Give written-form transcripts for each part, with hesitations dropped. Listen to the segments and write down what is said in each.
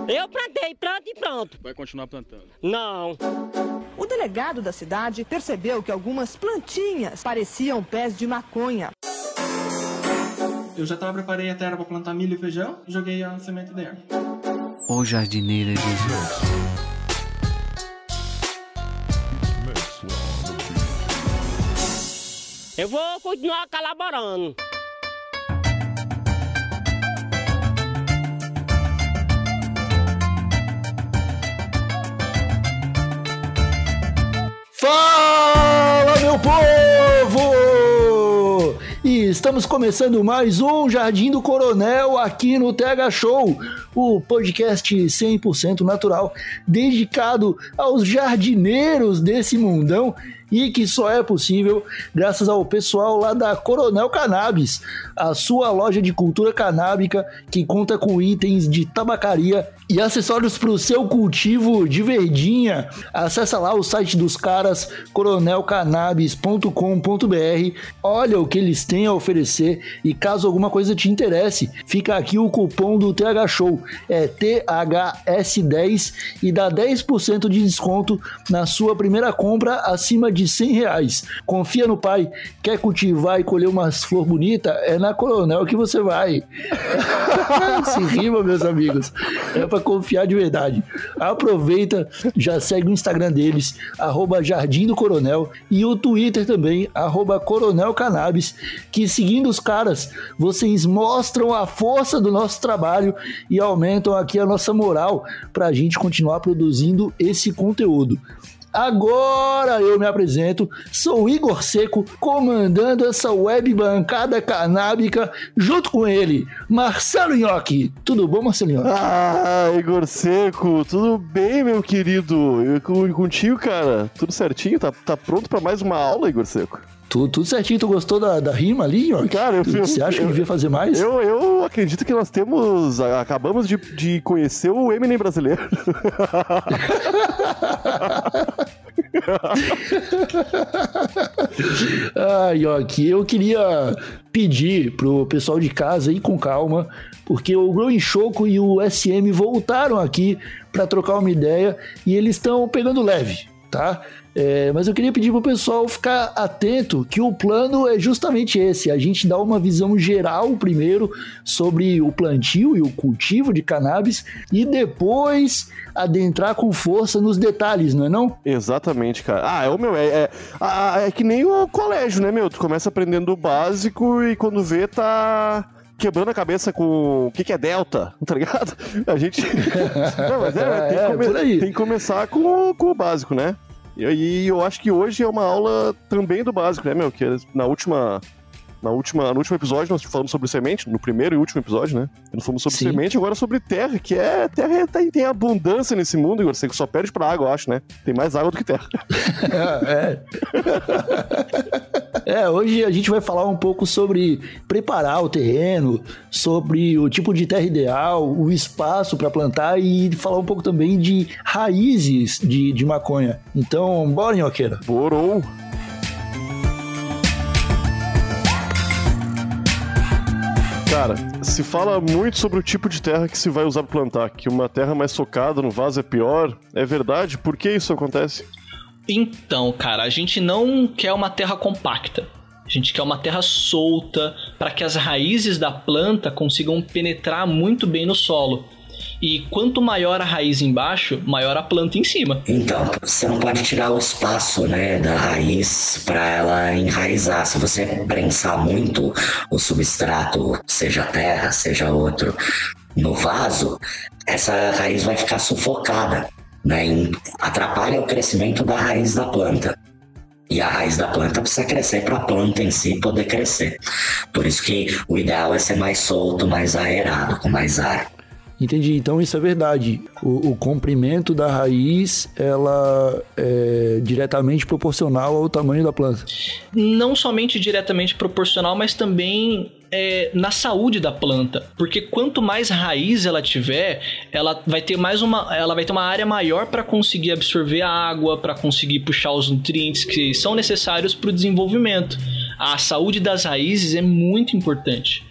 Eu plantei, planto e pronto. Vai continuar plantando? Não. O delegado da cidade percebeu que algumas plantinhas pareciam pés de maconha. Eu já preparei a terra para plantar milho e feijão e joguei a semente dentro. O jardineiro é Jesus. Eu vou continuar colaborando. Fala, meu povo! E estamos começando mais um Jardim do Coronel aqui no TH Show, o podcast 100% natural dedicado aos jardineiros desse mundão e que só é possível graças ao pessoal lá da Coronel Cannabis, a sua loja de cultura canábica que conta com itens de tabacaria e acessórios para o seu cultivo de verdinha. Acesse lá o site dos caras, coronelcannabis.com.br, olha o que eles têm a oferecer e caso alguma coisa te interesse, fica aqui o cupom do TH Show, é THS10 e dá 10% de desconto na sua primeira compra acima de R$100. Confia no pai, quer cultivar e colher umas flores bonitas? É na Coronel que você vai. Se rima, meus amigos. É pra confiar de verdade. Aproveita, já segue o Instagram deles, @Jardim do Coronel, e o Twitter também, @Coronel Cannabis, que seguindo os caras, vocês mostram a força do nosso trabalho e aumentam aqui a nossa moral pra gente continuar produzindo esse conteúdo. Agora eu me apresento, sou o Igor Seco, comandando essa web bancada canábica, junto com ele, Marcelo Nhoque. Tudo bom, Marcelo Nhoque? Ah, Igor Seco, tudo bem, meu querido? Contigo, cara? Tudo certinho? Tá pronto pra mais uma aula, Igor Seco? Tudo certinho, tu gostou da rima ali, Nhoque? Cara, você acha que devia fazer mais? Eu acredito que nós acabamos de conhecer o Eminem brasileiro. Nhoque, eu queria pedir pro pessoal de casa ir com calma, porque o Growing Choco e o SM voltaram aqui para trocar uma ideia e eles estão pegando leve, tá? Mas eu queria pedir pro pessoal ficar atento que o plano é justamente esse, a gente dá uma visão geral primeiro sobre o plantio e o cultivo de cannabis e depois adentrar com força nos detalhes, não é não? Exatamente, cara. É que nem o colégio, né, meu? Tu começa aprendendo o básico e quando vê tá quebrando a cabeça com o que é delta, tá ligado? A gente... Não, mas tem que começar com o básico, né? E eu acho que hoje é uma aula também do básico, né, meu? Que no último episódio nós falamos sobre semente, no primeiro e último episódio, né? Nós falamos sobre semente, agora sobre terra, que terra tem abundância nesse mundo, Igor, você só perde pra água, eu acho, né? Tem mais água do que terra. Hoje a gente vai falar um pouco sobre preparar o terreno, sobre o tipo de terra ideal, o espaço para plantar e falar um pouco também de raízes de maconha. Então, bora, Nhoqueira. Borou! Cara, se fala muito sobre o tipo de terra que se vai usar para plantar, que uma terra mais socada no vaso é pior. É verdade? Por que isso acontece? Então, cara, a gente não quer uma terra compacta. A gente quer uma terra solta para que as raízes da planta consigam penetrar muito bem no solo. E quanto maior a raiz embaixo, maior a planta em cima. Então, você não pode tirar o espaço, né, da raiz para ela enraizar. Se você prensar muito o substrato, seja terra, seja outro, no vaso, essa raiz vai ficar sufocada, né, e atrapalha o crescimento da raiz da planta. E a raiz da planta precisa crescer para a planta em si poder crescer. Por isso que o ideal é ser mais solto, mais aerado, com mais ar. Entendi, então isso é verdade. O comprimento da raiz, ela é diretamente proporcional ao tamanho da planta. Não somente diretamente proporcional, mas também na saúde da planta. Porque quanto mais raiz ela tiver, ela vai ter uma área maior para conseguir absorver a água, para conseguir puxar os nutrientes que são necessários para o desenvolvimento. A saúde das raízes é muito importante.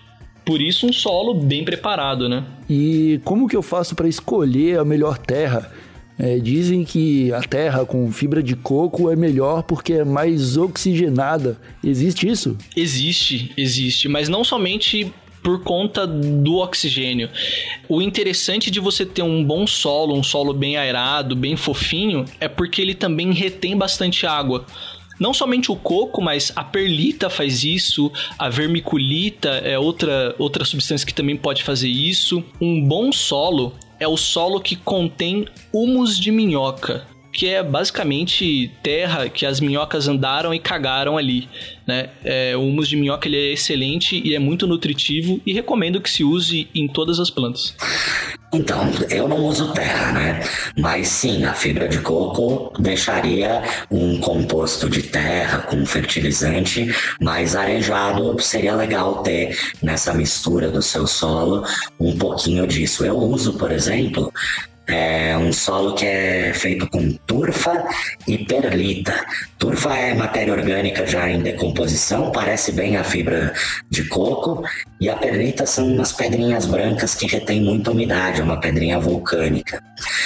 Por isso um solo bem preparado, né? E como que eu faço para escolher a melhor terra? Dizem que a terra com fibra de coco é melhor porque é mais oxigenada. Existe isso? Existe, mas não somente por conta do oxigênio. O interessante de você ter um bom solo, um solo bem aerado, bem fofinho, é porque ele também retém bastante água. Não somente o coco, mas a perlita faz isso, a vermiculita é outra substância que também pode fazer isso. Um bom solo é o solo que contém humus de minhoca, que é basicamente terra que as minhocas andaram e cagaram ali, né? O humus de minhoca ele é excelente e é muito nutritivo e recomendo que se use em todas as plantas. Então, eu não uso terra, né? Mas sim, a fibra de coco deixaria um composto de terra com fertilizante mais arejado. Seria legal ter nessa mistura do seu solo um pouquinho disso. Eu uso, por exemplo, um solo que é feito com turfa e perlita. Turfa é matéria orgânica já em decomposição, parece bem a fibra de coco, e a perlita são umas pedrinhas brancas que retêm muita umidade, uma pedrinha vulcânica.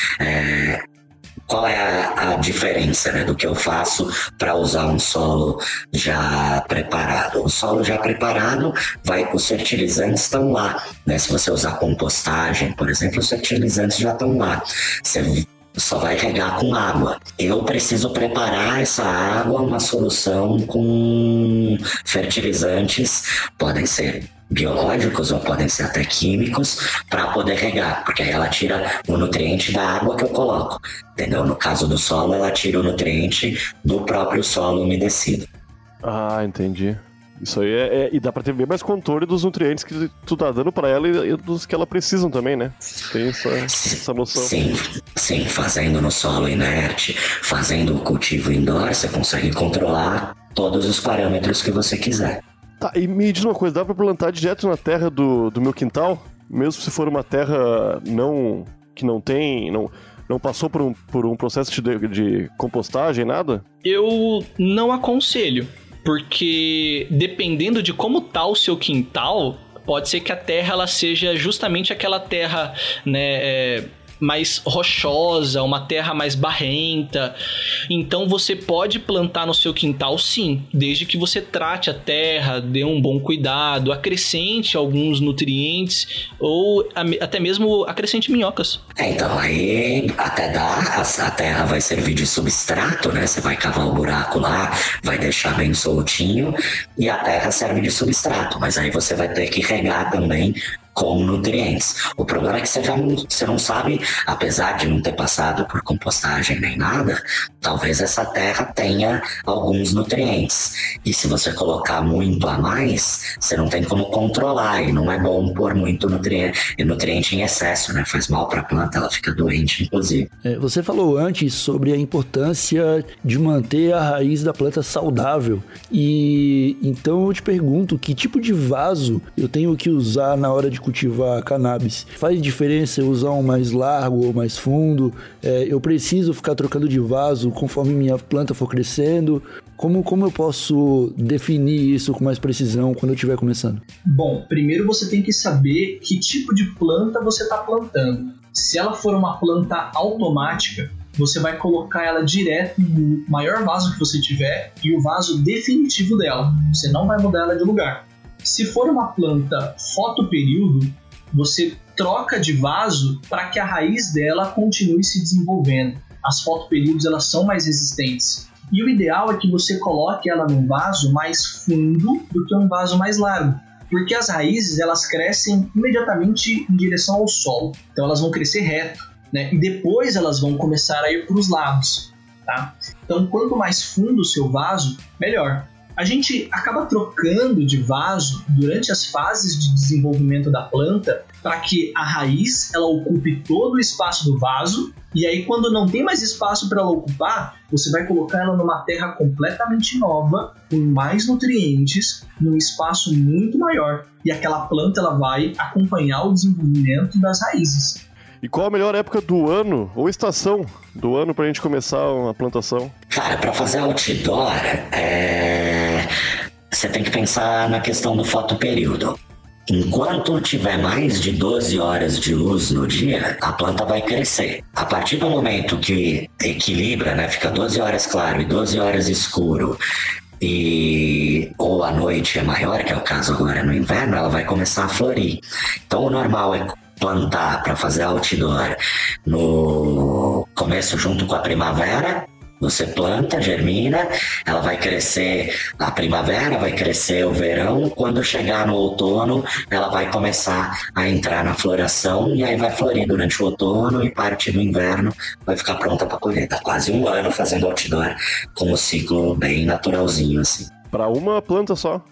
Qual é a diferença, né, do que eu faço para usar um solo já preparado? O solo já preparado, os fertilizantes estão lá, né? Se você usar compostagem, por exemplo, os fertilizantes já estão lá. Você só vai regar com água. Eu preciso preparar essa água, uma solução com fertilizantes, podem ser biológicos ou podem ser até químicos, para poder regar, porque aí ela tira o nutriente da água que eu coloco, entendeu? No caso do solo, ela tira o nutriente do próprio solo umedecido. Ah, entendi. Isso aí e dá pra ter bem mais controle dos nutrientes que tu tá dando pra ela e dos que ela precisam também, né? Tem essa noção. Sim, fazendo no solo inerte, fazendo o cultivo indoor, você consegue controlar todos os parâmetros que você quiser. Tá, e me diz uma coisa, dá pra plantar direto na terra do meu quintal? Mesmo se for uma terra que não passou por um processo de compostagem, nada? Eu não aconselho, porque dependendo de como tá o seu quintal, pode ser que a terra ela seja justamente aquela terra, né, mais rochosa, uma terra mais barrenta. Então você pode plantar no seu quintal, sim, desde que você trate a terra, dê um bom cuidado, acrescente alguns nutrientes ou até mesmo acrescente minhocas. Então aí até dá, a terra vai servir de substrato, né? Você vai cavar o buraco lá, vai deixar bem soltinho e a terra serve de substrato, mas aí você vai ter que regar também com nutrientes. O problema é que você não sabe, apesar de não ter passado por compostagem nem nada, talvez essa terra tenha alguns nutrientes. E se você colocar muito a mais, você não tem como controlar, e não é bom pôr muito nutriente em excesso, né? Faz mal para a planta, ela fica doente, inclusive. Você falou antes sobre a importância de manter a raiz da planta saudável. E então eu te pergunto, que tipo de vaso eu tenho que usar na hora de cultivar cannabis? Faz diferença eu usar um mais largo ou mais fundo? Eu preciso ficar trocando de vaso conforme minha planta for crescendo? Como eu posso definir isso com mais precisão quando eu estiver começando? Bom, primeiro você tem que saber que tipo de planta você está plantando. Se ela for uma planta automática, você vai colocar ela direto no maior vaso que você tiver e o vaso definitivo dela. Você não vai mudar ela de lugar. Se for uma planta fotoperíodo, você troca de vaso para que a raiz dela continue se desenvolvendo. As fotoperíodos elas são mais resistentes. E o ideal é que você coloque ela num vaso mais fundo do que um vaso mais largo, porque as raízes elas crescem imediatamente em direção ao solo. Então elas vão crescer reto, né? E depois elas vão começar a ir para os lados. Tá? Então quanto mais fundo o seu vaso, melhor. A gente acaba trocando de vaso durante as fases de desenvolvimento da planta para que a raiz ela ocupe todo o espaço do vaso, e aí quando não tem mais espaço para ela ocupar, você vai colocar ela numa terra completamente nova, com mais nutrientes, num espaço muito maior, e aquela planta ela vai acompanhar o desenvolvimento das raízes. E qual a melhor época do ano ou estação do ano pra gente começar uma plantação? Cara, pra fazer outdoor, você tem que pensar na questão do fotoperíodo. Enquanto tiver mais de 12 horas de luz no dia, a planta vai crescer. A partir do momento que equilibra, né, fica 12 horas claro e 12 horas escuro, ou a noite é maior, que é o caso agora no inverno, ela vai começar a florir. Então o normal é plantar para fazer outdoor no começo junto com a primavera. Você planta, germina, ela vai crescer a primavera, vai crescer o verão. Quando chegar no outono, ela vai começar a entrar na floração e aí vai florir durante o outono e parte do inverno vai ficar pronta para colher. Tá quase um ano fazendo outdoor com um ciclo bem naturalzinho, assim. Pra uma planta só?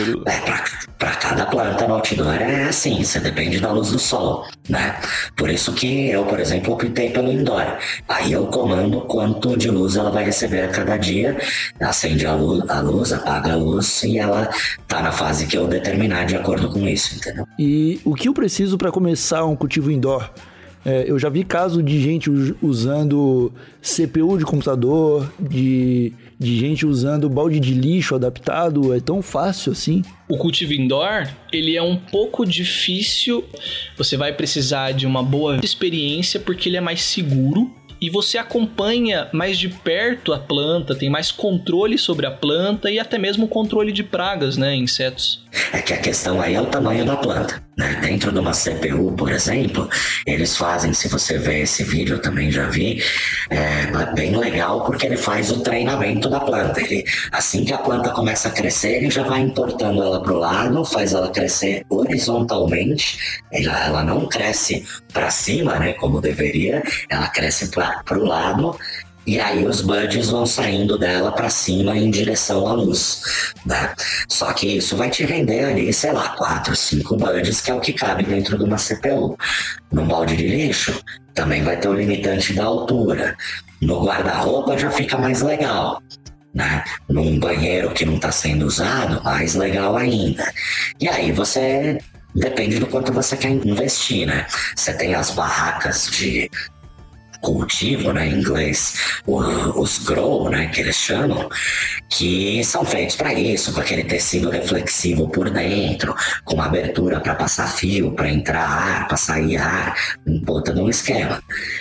Pra cada planta no outdoor é assim, você depende da luz do sol, né? Por isso que eu, por exemplo, optei pelo indoor. Aí eu comando quanto de luz ela vai receber a cada dia, acende a luz, apaga a luz e ela tá na fase que eu determinar de acordo com isso, entendeu? E o que eu preciso para começar um cultivo indoor? Eu já vi caso de gente usando CPU de computador, de gente usando balde de lixo adaptado. É tão fácil assim? O cultivo indoor, ele é um pouco difícil. Você vai precisar de uma boa experiência porque ele é mais seguro. E você acompanha mais de perto a planta, tem mais controle sobre a planta e até mesmo controle de pragas, né, insetos. É que a questão aí é o tamanho da planta, né? Dentro de uma CPU, por exemplo, eles fazem, se você ver esse vídeo, eu também já vi, é bem legal porque ele faz o treinamento da planta. Assim que a planta começa a crescer, ele já vai importando ela para o lado, faz ela crescer horizontalmente, ela não cresce para cima, né, como deveria, ela cresce para o lado. E aí os buds vão saindo dela para cima em direção à luz, né? Só que isso vai te render ali, sei lá, 4, 5 buds, que é o que cabe dentro de uma CPU. No balde de lixo, também vai ter o limitante da altura. No guarda-roupa já fica mais legal, né? Num banheiro que não está sendo usado, mais legal ainda. E aí você... Depende do quanto você quer investir, né? Você tem as barracas de cultivo, né, em inglês, os grow, né, que eles chamam, que são feitos para isso, com aquele tecido reflexivo por dentro, com abertura para passar fio, para entrar ar, para sair ar, um puta de um esquema.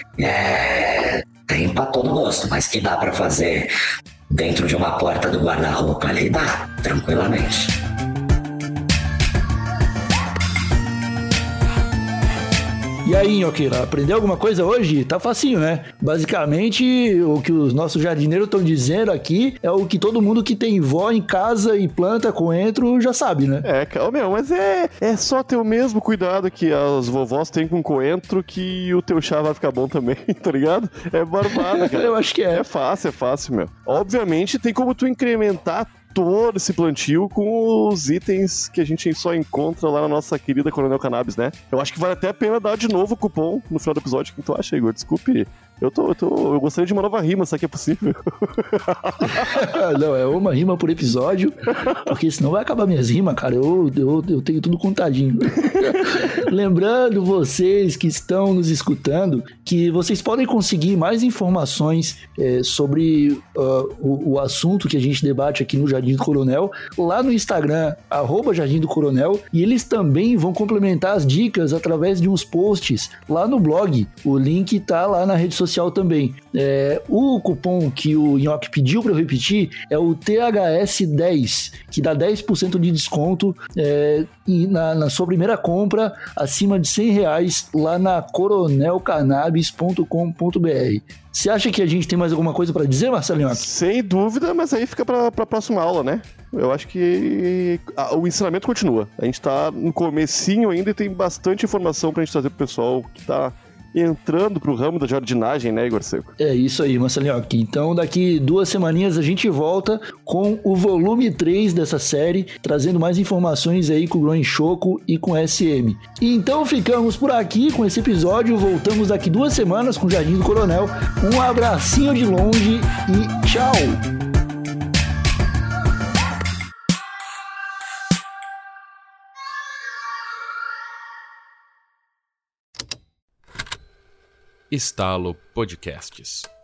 Tem para todo gosto, mas que dá para fazer dentro de uma porta do guarda-roupa ali, dá, tranquilamente. E aí, Nhoqueira, aprendeu alguma coisa hoje? Tá facinho, né? Basicamente, o que os nossos jardineiros estão dizendo aqui é o que todo mundo que tem vó em casa e planta coentro já sabe, né? Mas é só ter o mesmo cuidado que as vovós têm com coentro que o teu chá vai ficar bom também, tá ligado? É barbada, cara. Eu acho que é. É fácil, meu. Obviamente, tem como tu incrementar todo esse plantio com os itens que a gente só encontra lá na nossa querida Coronel Cannabis, né? Eu acho que vale até a pena dar de novo o cupom no final do episódio. O que tu acha, Igor? Desculpe. Eu gostaria de uma nova rima, será que é possível? Não, é uma rima por episódio, porque senão vai acabar minhas rimas, cara. Eu tenho tudo contadinho. Lembrando vocês que estão nos escutando que vocês podem conseguir mais informações sobre o assunto que a gente debate aqui no Jardim do Coronel, lá no Instagram, @Jardim do Coronel, e eles também vão complementar as dicas através de uns posts lá no blog. O link tá lá na rede social também. O cupom que o Nhoque pediu para eu repetir é o THS10, que dá 10% de desconto na sua primeira compra acima de R$100 lá na coronelcannabis.com.br. Você acha que a gente tem mais alguma coisa para dizer, Marcelo Nhoque? Sem dúvida, mas aí fica para a próxima aula, né? Eu acho que o ensinamento continua. A gente tá no comecinho ainda e tem bastante informação pra gente trazer pro pessoal que tá entrando pro ramo da jardinagem, né, Igor Seco? É isso aí, Marcelinho. Então, daqui 2 semaninhas a gente volta com o volume 3 dessa série, trazendo mais informações aí com o Growing Choco e com SM. E então ficamos por aqui com esse episódio. Voltamos daqui 2 semanas com o Jardim do Coronel. Um abracinho de longe e tchau! Estalo Podcasts.